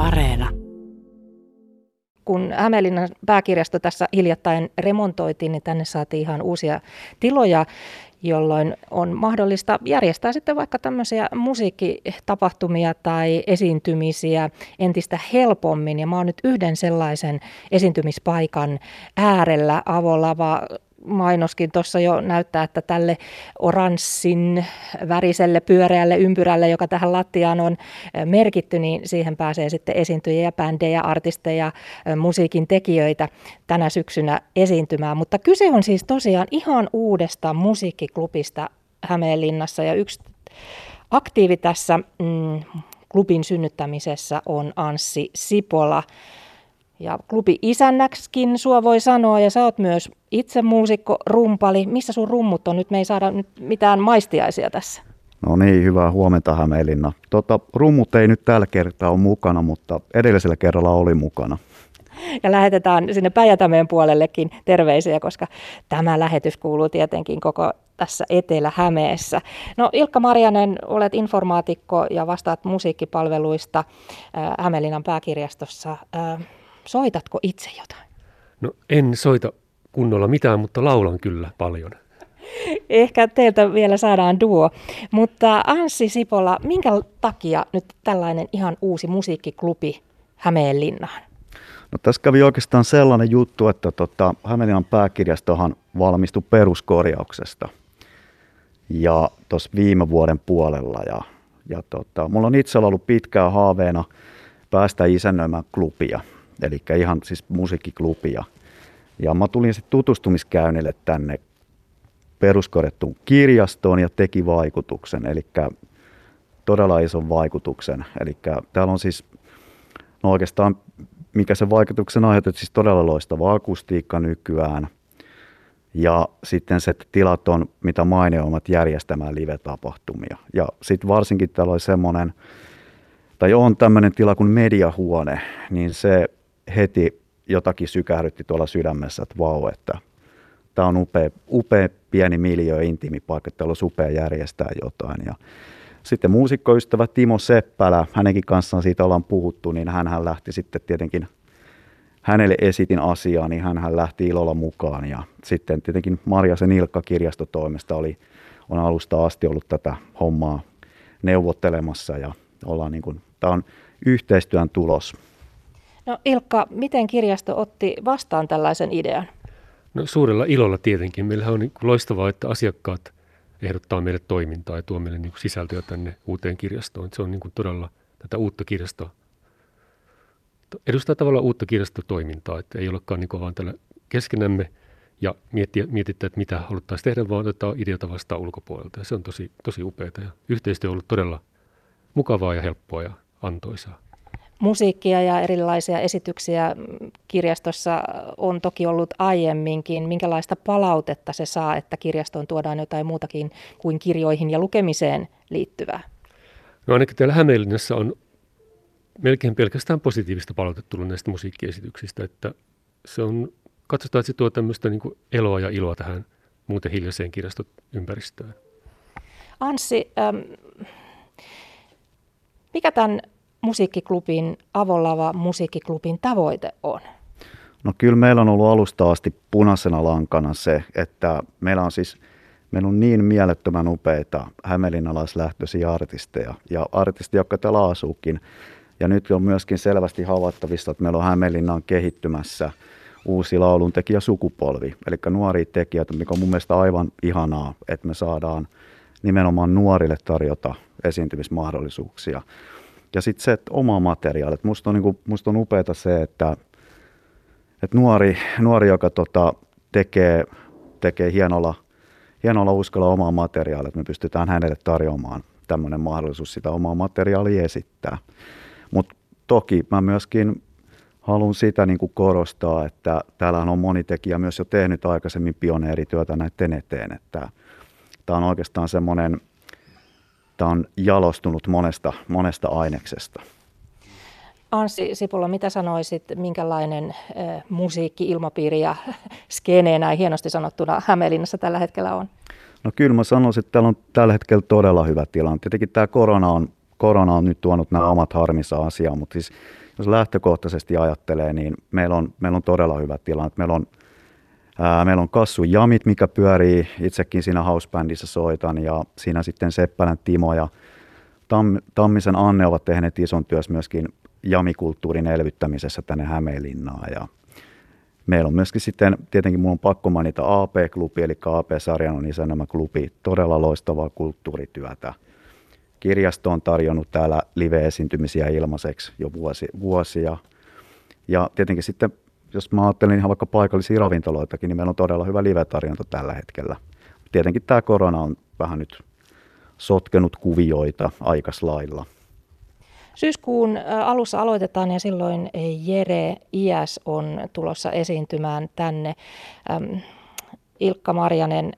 Areena. Kun Hämeenlinnan pääkirjasto tässä hiljattain remontoitiin, niin tänne saatiin ihan uusia tiloja, jolloin on mahdollista järjestää sitten vaikka tämmöisiä musiikkitapahtumia tai esiintymisiä entistä helpommin. Ja mä oon nyt yhden sellaisen esiintymispaikan äärellä. Avolava mainoskin tuossa jo näyttää, että tälle oranssin väriselle pyöreälle ympyrälle, joka tähän lattiaan on merkitty, niin siihen pääsee sitten esiintyjiä, bändejä, artisteja, musiikin tekijöitä tänä syksynä esiintymään. Mutta kyse on siis tosiaan ihan uudesta musiikkiklubista Hämeenlinnassa, ja yksi aktiivi tässä klubin synnyttämisessä on Anssi Sipola. Ja klubi-isännäksikin sua voi sanoa, ja sä oot myös itse muusikko, rumpali. Missä sun rummut on? Nyt me ei saada nyt mitään maistiaisia tässä. No niin, hyvää huomenta Hämeenlinna. Rummut ei nyt tällä kertaa ole mukana, mutta edellisellä kerralla oli mukana. Ja lähetetään sinne Päijät-Hämeen puolellekin terveisiä, koska tämä lähetys kuuluu tietenkin koko tässä Etelä-Hämeessä. No Ilkka Marjanen, olet informaatikko ja vastaat musiikkipalveluista Hämeenlinnan pääkirjastossa. Soitatko itse jotain? No en soita kunnolla mitään, mutta laulan kyllä paljon. Ehkä teiltä vielä saadaan duo. Mutta Anssi Sipola, minkä takia nyt tällainen ihan uusi musiikkiklubi Hämeenlinnaan? No tässä kävi oikeastaan sellainen juttu, että Hämeenlinnan pääkirjastohan valmistui peruskorjauksesta. Ja tuossa viime vuoden puolella. Ja mulla on itsellä ollut pitkään haaveena päästä isännöimään klubia. Eli ihan siis musiikkiklubia. Ja mä tulin sitten tutustumiskäynnille tänne peruskorjattuun kirjastoon ja teki vaikutuksen, eli todella ison vaikutuksen. Eli täällä on siis, no oikeastaan mikä se vaikutuksen aiheutti, siis todella loistava akustiikka nykyään. Ja sitten se, että tilat on mitä mainioimmat järjestämään live-tapahtumia. Ja sitten varsinkin täällä oli semmoinen, tai on tämmöinen tila kuin mediahuone, niin se heti jotakin sykähdytti tuolla sydämessä, että vau, että tämä on upea pieni miljöö, intiimi paikka, täällä olisi upea järjestää jotain. Ja sitten muusikkoystävä Timo Seppälä, hänenkin kanssaan siitä ollaan puhuttu, niin hän lähti sitten tietenkin, hänelle esitin asiaa, niin hän lähti ilolla mukaan. Ja sitten tietenkin Marjasen Ilkka kirjastotoimesta on alusta asti ollut tätä hommaa neuvottelemassa, ja ollaan niin kuin, tämä on yhteistyön tulos. No Ilkka, miten kirjasto otti vastaan tällaisen idean? No suurella ilolla tietenkin. Meillähän on niin loistavaa, että asiakkaat ehdottaa meille toimintaa ja tuo meille niin sisältöä tänne uuteen kirjastoon. Se on niin kuin todella tätä uutta kirjastoa. Edustaa tavallaan uutta kirjastotoimintaa, että ei olekaan niin vaan tällä keskenämme ja mietitään, että mitä haluttaisiin tehdä, vaan otetaan ideota vastaan ulkopuolelta. Ja se on tosi upeaa ja yhteistyö on ollut todella mukavaa ja helppoa ja antoisaa. Musiikkia ja erilaisia esityksiä kirjastossa on toki ollut aiemminkin. Minkälaista palautetta se saa, että kirjastoon tuodaan jotain muutakin kuin kirjoihin ja lukemiseen liittyvää? No ainakin täällä Hämeenlinnassa on melkein pelkästään positiivista palautetta tullut näistä musiikkiesityksistä. Että katsotaan, että se tuo tämmöistä niin kuin eloa ja iloa tähän muuten hiljaiseen kirjastoympäristöön. Anssi, mikä tämän musiikkiklubin, Avolava musiikkiklubin tavoite on? No kyllä meillä on ollut alusta asti punaisena lankana se, että meillä on niin mielettömän upeita hämeenlinnalaislähtöisiä artisteja ja artisteja, jotka täällä asuukin. Ja nyt on myöskin selvästi havaittavissa, että meillä on Hämeenlinnaan kehittymässä uusi lauluntekijäsukupolvi, eli nuoria tekijöitä, mikä on mun mielestä aivan ihanaa, että me saadaan nimenomaan nuorille tarjota esiintymismahdollisuuksia. Ja sitten se, että oma materiaali. Musta on upeata se, että nuori joka tekee hienolla uskolla omaa materiaalia, että me pystytään hänelle tarjoamaan tämmöinen mahdollisuus sitä omaa materiaalia esittää. Mutta toki mä myöskin haluan sitä niin kuin korostaa, että täällähän on moni tekijä myös jo tehnyt aikaisemmin pioneerityötä näiden eteen, että tämä on oikeastaan semmoinen, tämä on jalostunut monesta aineksesta. Anssi Sipola, mitä sanoisit, minkälainen musiikki-ilmapiiri ja skene näin hienosti sanottuna Hämeenlinnassa tällä hetkellä on? No kyllä mä sanoisin, että täällä on tällä hetkellä todella hyvä tilanne. Tietenkin tämä korona on nyt tuonut nämä omat harminsa asiaan, mutta siis jos lähtökohtaisesti ajattelee, niin meillä on todella hyvä tilanne. Meillä on Kassu Jamit, mikä pyörii, itsekin siinä housebändissä soitan, ja siinä sitten Seppälän Timo ja Tammisen Anne ovat tehneet ison työs myöskin jamikulttuurin elvyttämisessä tänne Hämeenlinnaan. Ja meillä on myöskin sitten, tietenkin minun on pakko mainita AP-klubi, eli AP-sarjan isännöimä klubi, todella loistavaa kulttuurityötä. Kirjasto on tarjonnut täällä live-esiintymisiä ilmaiseksi jo vuosia. Ja tietenkin sitten, jos mä ajattelen ihan vaikka paikallisia ravintoloitakin, niin meillä on todella hyvä live-tarjonta tällä hetkellä. Tietenkin tämä korona on vähän nyt sotkenut kuvioita aikaslailla. Syyskuun alussa aloitetaan ja silloin Jere Iäs on tulossa esiintymään tänne. Ilkka Marjanen,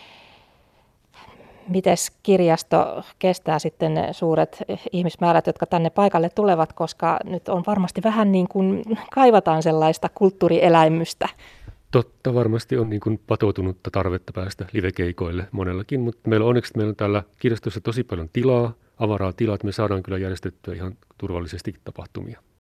mites kirjasto kestää sitten ne suuret ihmismäärät, jotka tänne paikalle tulevat, koska nyt on varmasti vähän niin kuin kaivataan sellaista kulttuurieläimystä. Totta, varmasti on niin kuin patoutunutta tarvetta päästä livekeikoille monellakin, mutta meillä on täällä kirjastossa tosi paljon tilaa, avaraa tilaa, että me saadaan kyllä järjestettyä ihan turvallisesti tapahtumia.